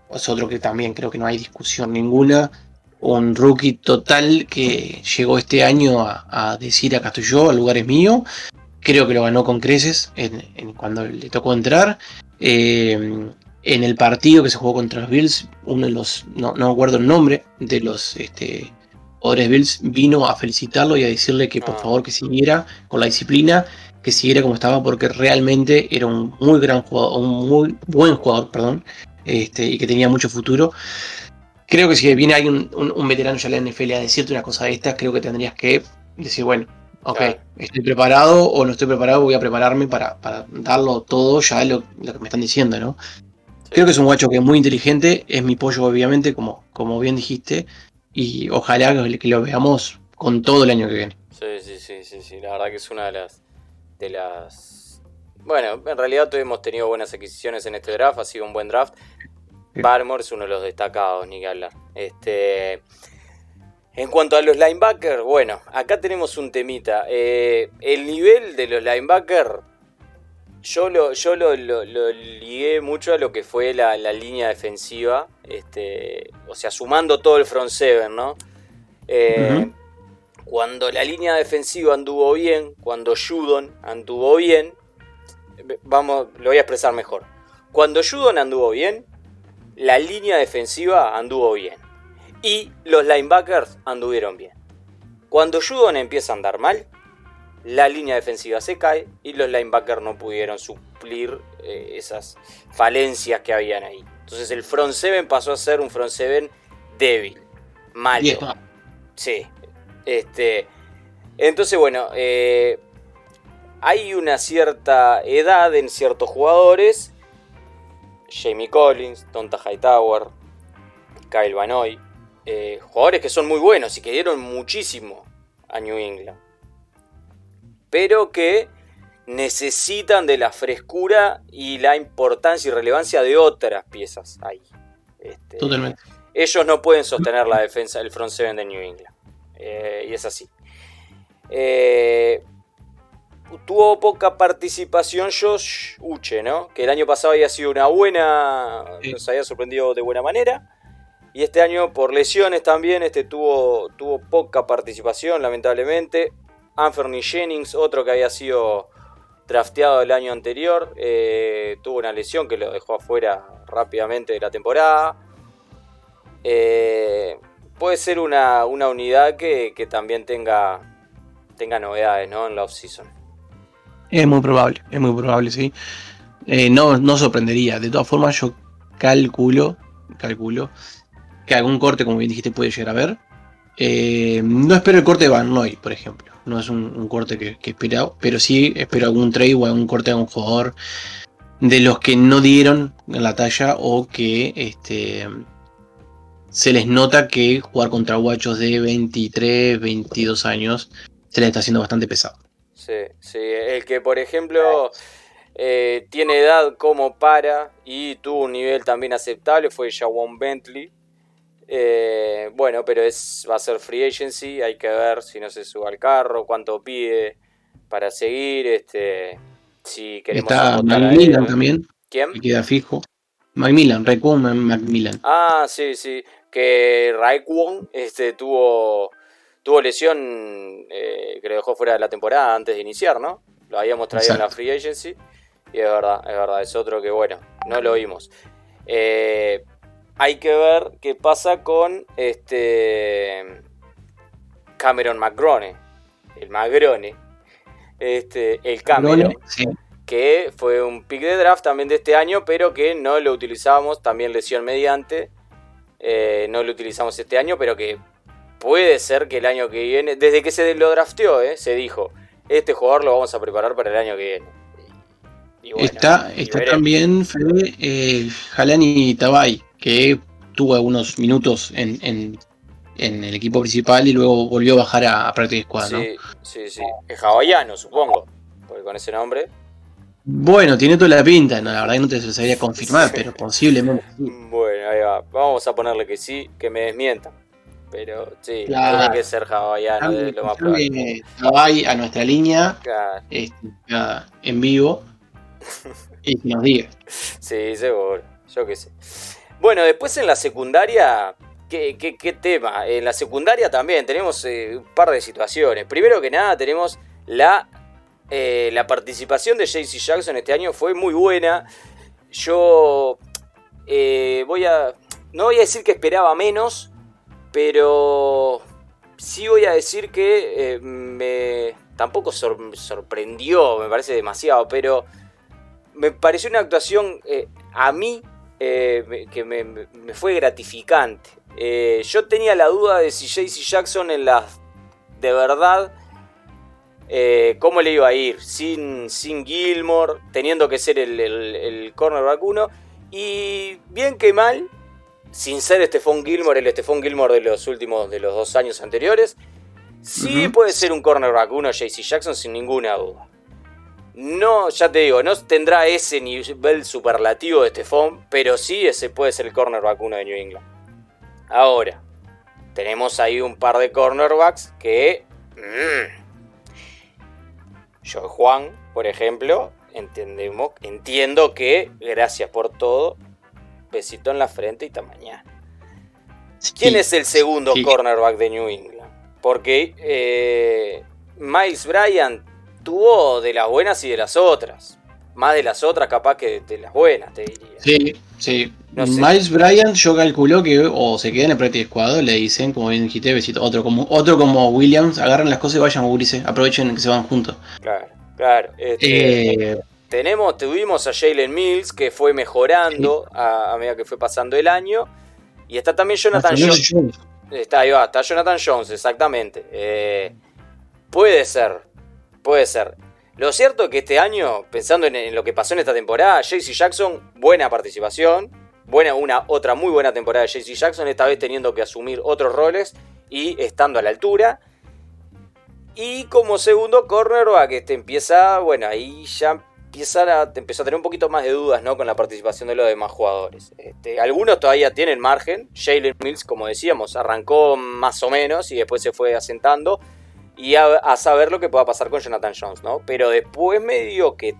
es otro que también creo que no hay discusión ninguna. Un rookie total que llegó este año a decir acá estoy yo, el lugar es mío. Creo que lo ganó con creces cuando le tocó entrar. En el partido que se jugó contra los Bills, uno de los, no me acuerdo el nombre, de los jugadores Bills vino a felicitarlo y a decirle que por favor que siguiera con la disciplina, que siguiera como estaba, porque realmente era un muy gran jugador, un muy buen jugador, perdón, y que tenía mucho futuro. Creo que si viene alguien, un veterano ya en la NFL a decirte una cosa de estas, creo que tendrías que decir, bueno, ok, claro, estoy preparado o no estoy preparado, voy a prepararme para darlo todo ya lo que me están diciendo, ¿no? Sí. Creo que es un guacho que es muy inteligente, es mi pollo obviamente, como bien dijiste, y ojalá que lo veamos con todo el año que viene. Sí, la verdad que es una de las... Bueno, en realidad todos hemos tenido buenas adquisiciones en este draft, ha sido un buen draft. Barmore es uno de los destacados, ni que hablar. En cuanto a los linebackers, bueno, acá tenemos un temita. El nivel de los linebackers, yo lo ligué mucho a lo que fue la línea defensiva. O sea, sumando todo el front seven, ¿no? Cuando la línea defensiva anduvo bien, cuando Judon anduvo bien, lo voy a expresar mejor. Cuando Judon anduvo bien, la línea defensiva anduvo bien y los linebackers anduvieron bien. Cuando Judon empieza a andar mal, la línea defensiva se cae y los linebackers no pudieron suplir esas falencias que habían ahí. Entonces el front seven pasó a ser un front seven débil, malo. Sí. Entonces bueno, hay una cierta edad en ciertos jugadores. Jamie Collins, Donta Hightower, Kyle Van Noy, jugadores que son muy buenos y que dieron muchísimo a New England, pero que necesitan de la frescura y la importancia y relevancia de otras piezas ahí. Totalmente. Ellos no pueden sostener la defensa del front seven de New England, y es así. Tuvo poca participación Josh Uche, ¿no? Que el año pasado había sido una buena... Sí. Nos había sorprendido de buena manera. Y este año, por lesiones también, tuvo poca participación, lamentablemente. Anthony Jennings, otro que había sido drafteado el año anterior, tuvo una lesión que lo dejó afuera rápidamente de la temporada. Puede ser una unidad que también tenga novedades, ¿no? En la offseason. Es muy probable, sí. No sorprendería. De todas formas, yo calculo que algún corte, como bien dijiste, puede llegar a ver. No espero el corte de Van Noy, por ejemplo. No es un corte que espero, pero sí espero algún trade o algún corte de algún jugador de los que no dieron en la talla o que se les nota que jugar contra guachos de 23, 22 años se les está haciendo bastante pesado. Sí, el que por ejemplo tiene edad como para y tuvo un nivel también aceptable fue Ja'Whaun Bentley. Bueno, pero va a ser free agency, hay que ver si no se sube al carro, cuánto pide para seguir, si queremos. Está Macmillan también. ¿Quién? Que queda fijo. Raekwon Macmillan. Ah, sí, que Raekwon tuvo lesión, que lo dejó fuera de la temporada antes de iniciar, ¿no? Lo habíamos traído en la free agency. Y es verdad, es otro que, bueno, no lo vimos. Hay que ver qué pasa con Cameron McGrone. El Magrone. El Cameron. Sí. Que fue un pick de draft también de este año, pero que no lo utilizamos, también lesión mediante. No lo utilizamos este año, pero que puede ser que el año que viene, desde que se lo drafteó, se dijo, este jugador lo vamos a preparar para el año que viene. Y bueno, está también Fede Jalani Tabay, que tuvo algunos minutos en el equipo principal y luego volvió a bajar a Practice Squad, ¿no? Sí. Es hawaiano, supongo, porque con ese nombre. Bueno, tiene toda la pinta, no, la verdad que no te sabría confirmar, pero posiblemente sí. Bueno, ahí va, vamos a ponerle que sí, que me desmientan. Pero sí, claro, tiene que ser hawaiano, es lo más probable. Tabay a nuestra línea, claro, en vivo, y que nos diga. Sí, seguro, yo qué sé. Bueno, después en la secundaria, ¿qué tema? En la secundaria también tenemos un par de situaciones. Primero que nada tenemos la participación de JC Jackson este año fue muy buena. Yo no voy a decir que esperaba menos, pero sí voy a decir que tampoco sorprendió, me parece demasiado, pero me pareció una actuación a mí que me fue gratificante. Yo tenía la duda de si JC Jackson en las de verdad cómo le iba a ir sin Gilmore, teniendo que ser el cornerback 1, y bien que mal, sin ser Stephon Gilmore, el Stephon Gilmore de los 2 años anteriores, sí puede ser un cornerback 1 JC Jackson sin ninguna duda. No, ya te digo, no tendrá ese nivel superlativo de Stephon, pero sí ese puede ser el cornerback 1 de New England. Ahora, tenemos ahí un par de cornerbacks que... Yo, Juan, por ejemplo, entiendo que gracias por todo, besito en la frente y hasta mañana. ¿Quién es el segundo cornerback de New England? Porque Miles Bryant tuvo de las buenas y de las otras. Más de las otras capaz que de las buenas, te diría. Sí. No sé. Miles Bryant yo calculo que o se queda en el practice squad, le dicen, como bien dijiste, besito, otro como Williams, agarran las cosas y vayan a cubrirse, aprovechen que se van juntos. Claro. Tuvimos a Jalen Mills, que fue mejorando a medida que fue pasando el año. Y está también Jonathan Jones. Está Jonathan Jones, exactamente. Puede ser. Lo cierto es que este año, pensando en lo que pasó en esta temporada, JC Jackson, buena participación. Otra muy buena temporada de JC Jackson, esta vez teniendo que asumir otros roles y estando a la altura. Y como segundo cornerback, ahí ya empezó a tener un poquito más de dudas, ¿no? Con la participación de los demás jugadores. Algunos todavía tienen margen. Jalen Mills, como decíamos, arrancó más o menos y después se fue asentando. Y a saber lo que pueda pasar con Jonathan Jones, ¿no? Pero después medio que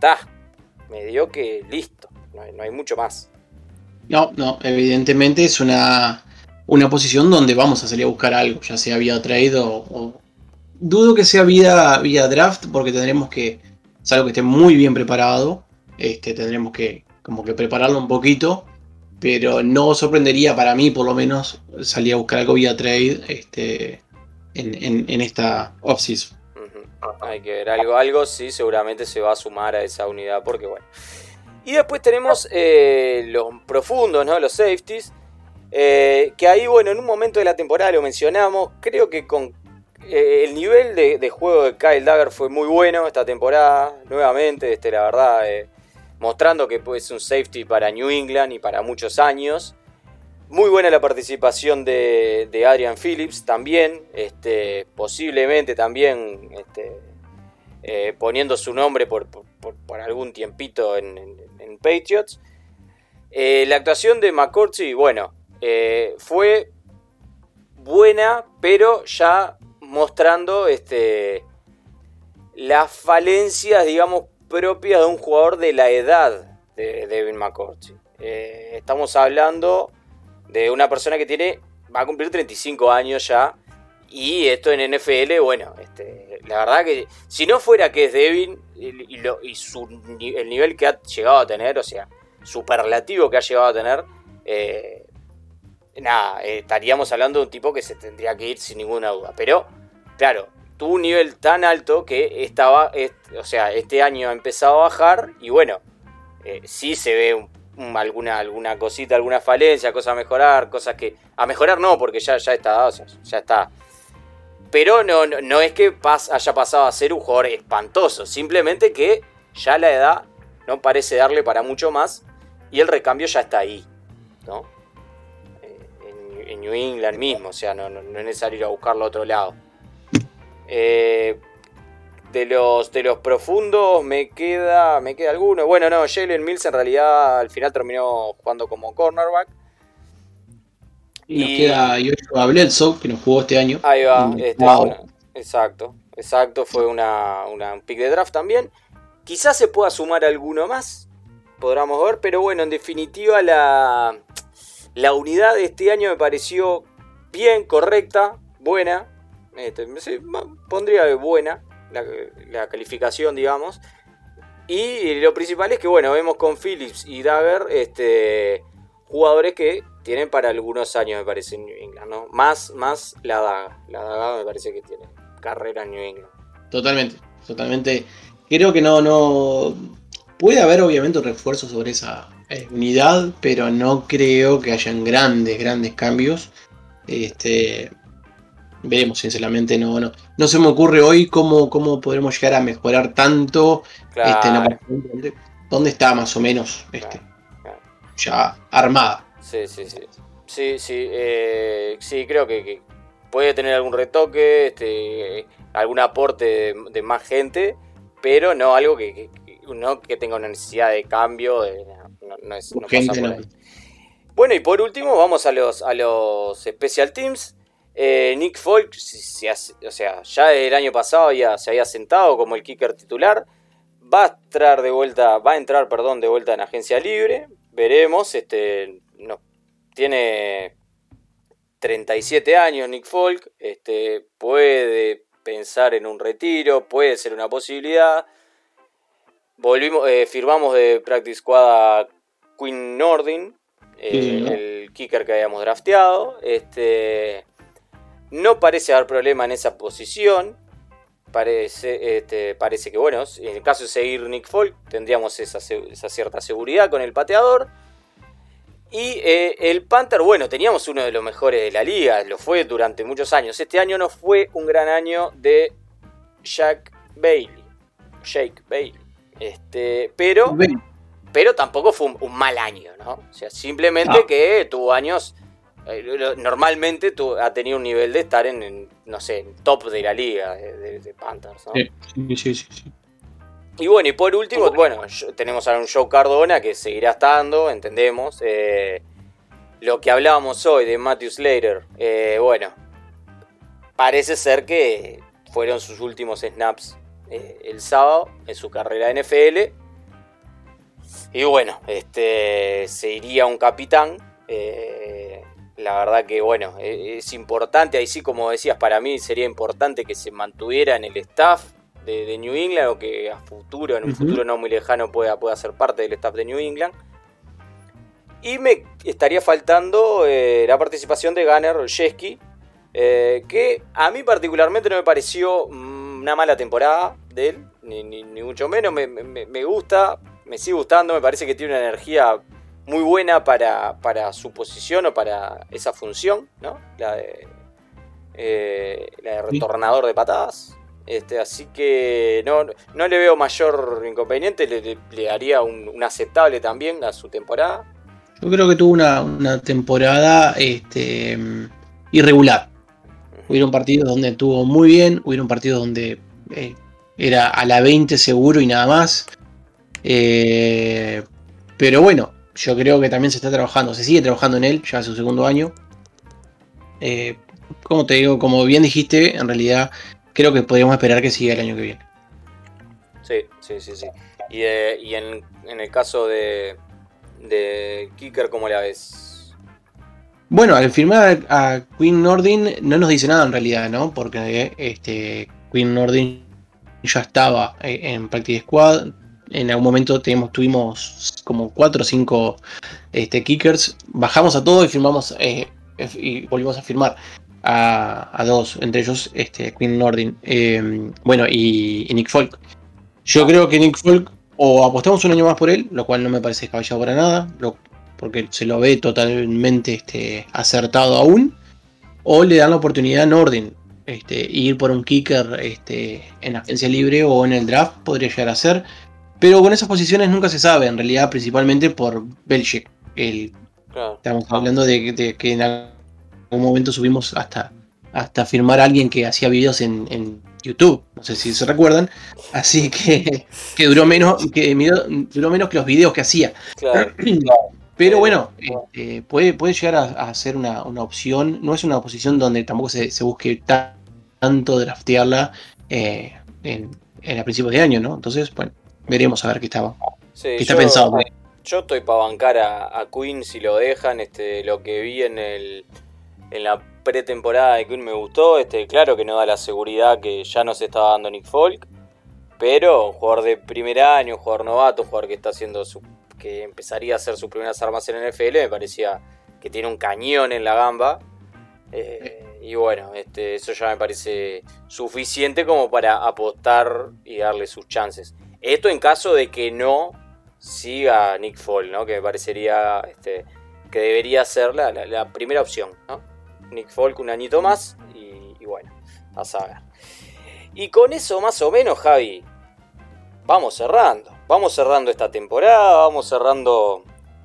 listo. No hay mucho más. No, evidentemente es una posición donde vamos a salir a buscar algo, ya sea vía trade o dudo que sea vía draft, porque tendremos que, es algo que esté muy bien preparado, tendremos que como que prepararlo un poquito, pero no sorprendería para mí por lo menos salir a buscar algo vía trade en esta offseason. Hay que ver algo sí, seguramente se va a sumar a esa unidad, porque bueno. Y después tenemos los profundos, ¿no? Los safeties. Que ahí, bueno, en un momento de la temporada lo mencionamos. Creo que con el nivel de juego de Kyle Dagger fue muy bueno esta temporada. Nuevamente, la verdad, mostrando que es un safety para New England y para muchos años. Muy buena la participación de Adrian Phillips también. Posiblemente también poniendo su nombre por algún tiempito en Patriots. La actuación de McCourty, bueno, fue buena, pero ya mostrando las falencias, digamos, propias de un jugador de la edad de Devin McCourty. Estamos hablando de una persona que va a cumplir 35 años ya. Y esto en NFL, bueno, la verdad que si no fuera que es Devin el nivel que ha llegado a tener, o sea, superlativo que ha llegado a tener, estaríamos hablando de un tipo que se tendría que ir sin ninguna duda. Pero, claro, tuvo un nivel tan alto que este año ha empezado a bajar y bueno, sí se ve alguna cosita, alguna falencia, cosas a mejorar, cosas que... A mejorar no, porque ya está, o sea, ya está. Pero no es que haya pasado a ser un jugador espantoso, simplemente que ya la edad no parece darle para mucho más y el recambio ya está ahí, ¿no? En New England mismo, o sea, no es necesario ir a buscarlo a otro lado. De los profundos me queda alguno. Bueno, no, Jalen Mills en realidad al final terminó jugando como cornerback. Y nos queda Joshua Bledsoe, que nos jugó este año. Ahí va, Wow. Exacto, fue un pick de draft también. Quizás se pueda sumar alguno más, podríamos ver, pero bueno, en definitiva La unidad de este año me pareció bien, correcta, buena. Sí, pondría buena la calificación, digamos. Y lo principal es que, bueno, vemos con Phillips y Dagger jugadores que tienen para algunos años, me parece, en New England, ¿no? Más la Daga. La Daga me parece que tiene carrera en New England. Totalmente. Creo que no. Puede haber, obviamente, un refuerzo sobre esa unidad, pero no creo que hayan grandes cambios. Veremos, sinceramente, no se me ocurre hoy cómo podremos llegar a mejorar tanto. Claro. ¿Dónde está más o menos Claro. ya armada? Sí, creo que puede tener algún retoque, algún aporte de más gente, pero no algo que tenga una necesidad de cambio, no pasa por ahí. Bueno, y por último vamos a los Special Teams. Nick Folk, ya el año pasado se había sentado como el kicker titular. Va a entrar de vuelta en agencia libre. Veremos, tiene 37 años Nick Folk, puede pensar en un retiro, puede ser una posibilidad. Firmamos de Practice Squad a Quinn Nordin, el kicker que habíamos drafteado. No parece haber problema en esa posición. Parece que, bueno, en el caso de seguir Nick Folk, tendríamos esa cierta seguridad con el pateador. Y el Panther, bueno, teníamos uno de los mejores de la liga, lo fue durante muchos años. Este año no fue un gran año de Jake Bailey. Pero tampoco fue un mal año, ¿no? O sea, simplemente que tuvo años. Normalmente ha tenido un nivel de estar en top de la liga de Panthers, ¿no? Sí. Y bueno, y por último, tenemos a un Joe Cardona que seguirá estando, entendemos. Lo que hablábamos hoy de Matthew Slater, parece ser que fueron sus últimos snaps el sábado en su carrera de NFL. Y bueno, se iría un capitán. La verdad que, es importante, ahí sí, como decías, para mí sería importante que se mantuviera en el staff de New England, o que en un futuro no muy lejano pueda ser parte del staff de New England. Y me estaría faltando la participación de Gunnar Olszewski, que a mí particularmente no me pareció una mala temporada de él, ni mucho menos. Me gusta, me sigue gustando, me parece que tiene una energía muy buena para su posición o para esa función, ¿no? La de retornador de patadas. Así que no le veo mayor inconveniente, le daría un aceptable también a su temporada. Yo creo que tuvo una temporada irregular. Hubieron partidos donde estuvo muy bien, hubieron partidos donde era a la 20 seguro y nada más. Pero bueno, yo creo que también se sigue trabajando en él, ya es su segundo año. Como te digo, como bien dijiste, en realidad creo que podríamos esperar que siga el año que viene. Sí. Y en el caso de kicker, ¿cómo la ves? Bueno, al firmar a Quinn Nordin no nos dice nada en realidad, ¿no? Porque Quinn Nordin ya estaba en Practice Squad. En algún momento tuvimos como 4 o 5 kickers. Bajamos a todos y firmamos y volvimos a firmar a 2, entre ellos Quinn Nordin. Y Nick Folk. Yo creo que Nick Folk, o apostamos un año más por él, lo cual no me parece descabellado para nada, porque se lo ve totalmente acertado aún, o le dan la oportunidad a Nordin. Ir por un kicker en agencia libre o en el draft podría llegar a ser, pero con esas posiciones nunca se sabe, en realidad, principalmente por Belichick. Estamos hablando de que en algún momento subimos hasta firmar a alguien que hacía videos en YouTube, no sé si se recuerdan, así que duró menos que los videos que hacía. Claro. Pero bueno, puede llegar a ser una opción. No es una posición donde tampoco se busque tanto draftearla a principios de año, ¿no? Entonces, bueno, veremos a ver qué está pensado. yo estoy para bancar a Quinn si lo dejan. Lo que vi en la pretemporada de Quinn me gustó. Claro que no da la seguridad que ya nos estaba dando Nick Folk, pero un jugador de primer año, un jugador novato, un jugador que está haciendo que empezaría a hacer sus primeras armas en NFL, me parecía que tiene un cañón en la gamba. Y bueno, eso ya me parece suficiente como para apostar y darle sus chances. Esto en caso de que no siga Nick Folk, ¿no? Que me parecería que debería ser la primera opción, ¿no? Nick Folk un añito más y bueno, a saber. Y con eso más o menos, Javi, vamos cerrando esta temporada, vamos cerrando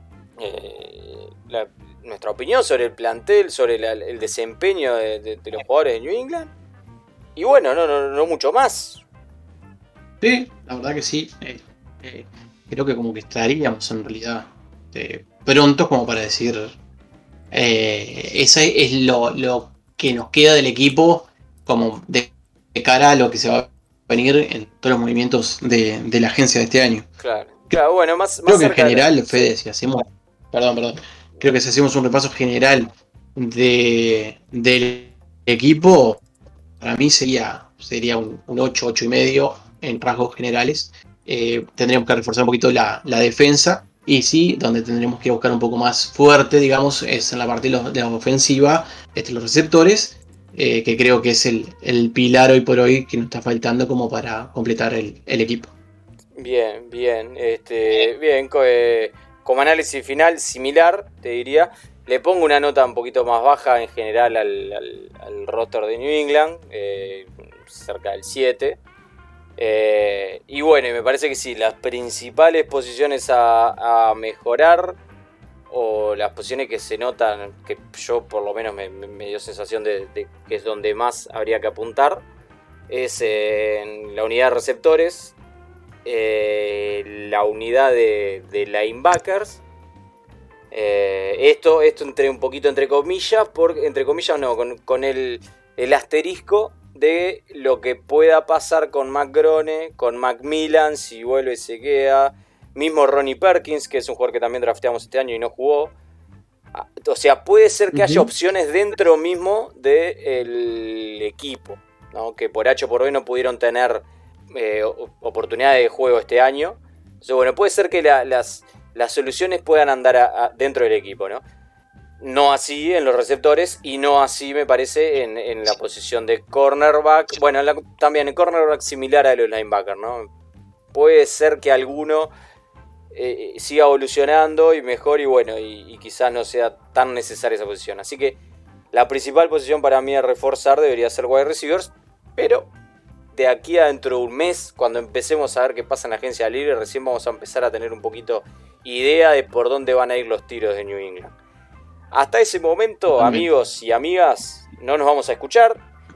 nuestra opinión sobre el plantel, sobre el desempeño de los jugadores de New England. Y bueno, no mucho más. Sí, la verdad que sí. Creo que como que estaríamos en realidad prontos como para decir ese es lo que nos queda del equipo como de cara a lo que se va a venir en todos los movimientos de la agencia de este año. Claro, bueno, más creo que en general, Fede, si hacemos... Perdón. Creo que si hacemos un repaso general del equipo, para mí sería un 8,5 en rasgos generales. Tendríamos que reforzar un poquito la defensa. Y sí, donde tendremos que buscar un poco más fuerte, digamos, es en la parte de la ofensiva, los receptores, que creo que es el pilar hoy por hoy que nos está faltando como para completar el equipo. Bien. Como análisis final similar, te diría, le pongo una nota un poquito más baja en general al roster de New England, cerca del 7. Y bueno, me parece que sí, las principales posiciones a mejorar, o las posiciones que se notan, que yo por lo menos me dio sensación de que es donde más habría que apuntar, es en la unidad de receptores, la unidad de linebackers. Esto un poquito entre comillas, con el asterisco de lo que pueda pasar con McGrone, con McMillan, si vuelve y se queda. Mismo Ronnie Perkins, que es un jugador que también drafteamos este año y no jugó. O sea, puede ser que haya opciones dentro mismo del equipo, ¿no? Que por H o por B no pudieron tener oportunidades de juego este año. Entonces, bueno, puede ser que las soluciones puedan andar dentro del equipo, ¿no? No así en los receptores y no así, me parece, en la posición de cornerback. Bueno, también en cornerback similar a los linebackers, ¿no? Puede ser que alguno siga evolucionando y mejor y bueno, y quizás no sea tan necesaria esa posición. Así que la principal posición para mí a reforzar debería ser wide receivers, pero de aquí a dentro de un mes, cuando empecemos a ver qué pasa en la agencia libre, recién vamos a empezar a tener un poquito idea de por dónde van a ir los tiros de New England. Hasta ese momento, amigos y amigas, no nos vamos a escuchar.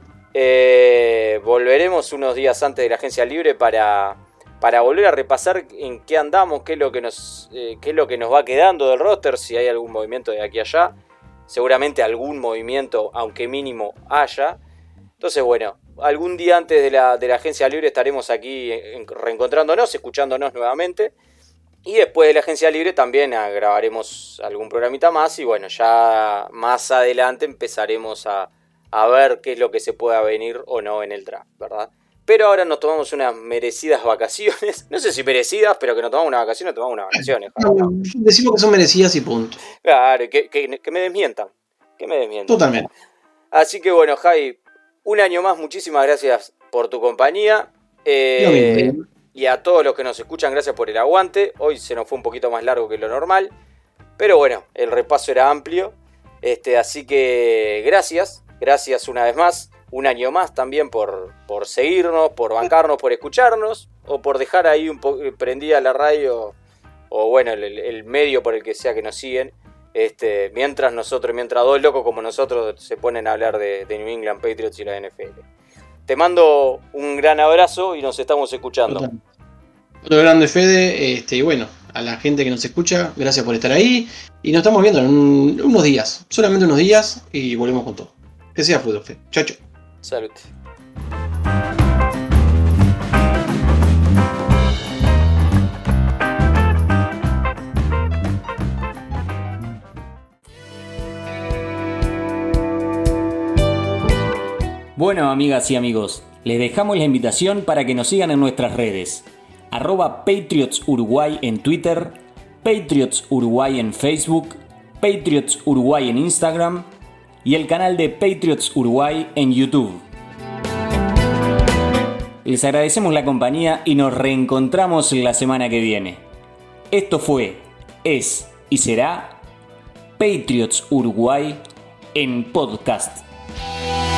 Volveremos unos días antes de la agencia libre para volver a repasar en qué andamos, qué es lo que nos va quedando del roster, si hay algún movimiento de aquí a allá. Seguramente algún movimiento, aunque mínimo, haya. Entonces, bueno, algún día antes de la agencia libre estaremos aquí reencontrándonos, escuchándonos nuevamente. Y después de la agencia libre también grabaremos algún programita más. Y bueno, ya más adelante empezaremos a ver qué es lo que se pueda venir o no en el draft, ¿verdad? Pero ahora nos tomamos unas merecidas vacaciones. No sé si merecidas, pero que nos tomamos unas vacaciones, Decimos que son merecidas y punto. Claro, que me desmientan. Totalmente. Así que bueno, Javi, un año más, muchísimas gracias por tu compañía. Y a todos los que nos escuchan, gracias por el aguante. Hoy se nos fue un poquito más largo que lo normal, pero bueno, el repaso era amplio. Así que gracias una vez más. Un año más también por seguirnos, por bancarnos, por escucharnos, o por dejar ahí un poco prendida la radio, o bueno, el medio por el que sea que nos siguen, mientras dos locos como nosotros se ponen a hablar de New England Patriots y la NFL. Te mando un gran abrazo y nos estamos escuchando. Otro grande, Fede, y bueno, a la gente que nos escucha, gracias por estar ahí, y nos estamos viendo en unos días, solamente unos días, y volvemos con todo. Que sea fútbol, Fede. Chao, chao. Salud. Bueno, amigas y amigos, les dejamos la invitación para que nos sigan en nuestras redes. @PatriotsUruguay en Twitter, Patriots Uruguay en Facebook, Patriots Uruguay en Instagram y el canal de Patriots Uruguay en YouTube. Les agradecemos la compañía y nos reencontramos la semana que viene. Esto fue, es y será Patriots Uruguay en podcast.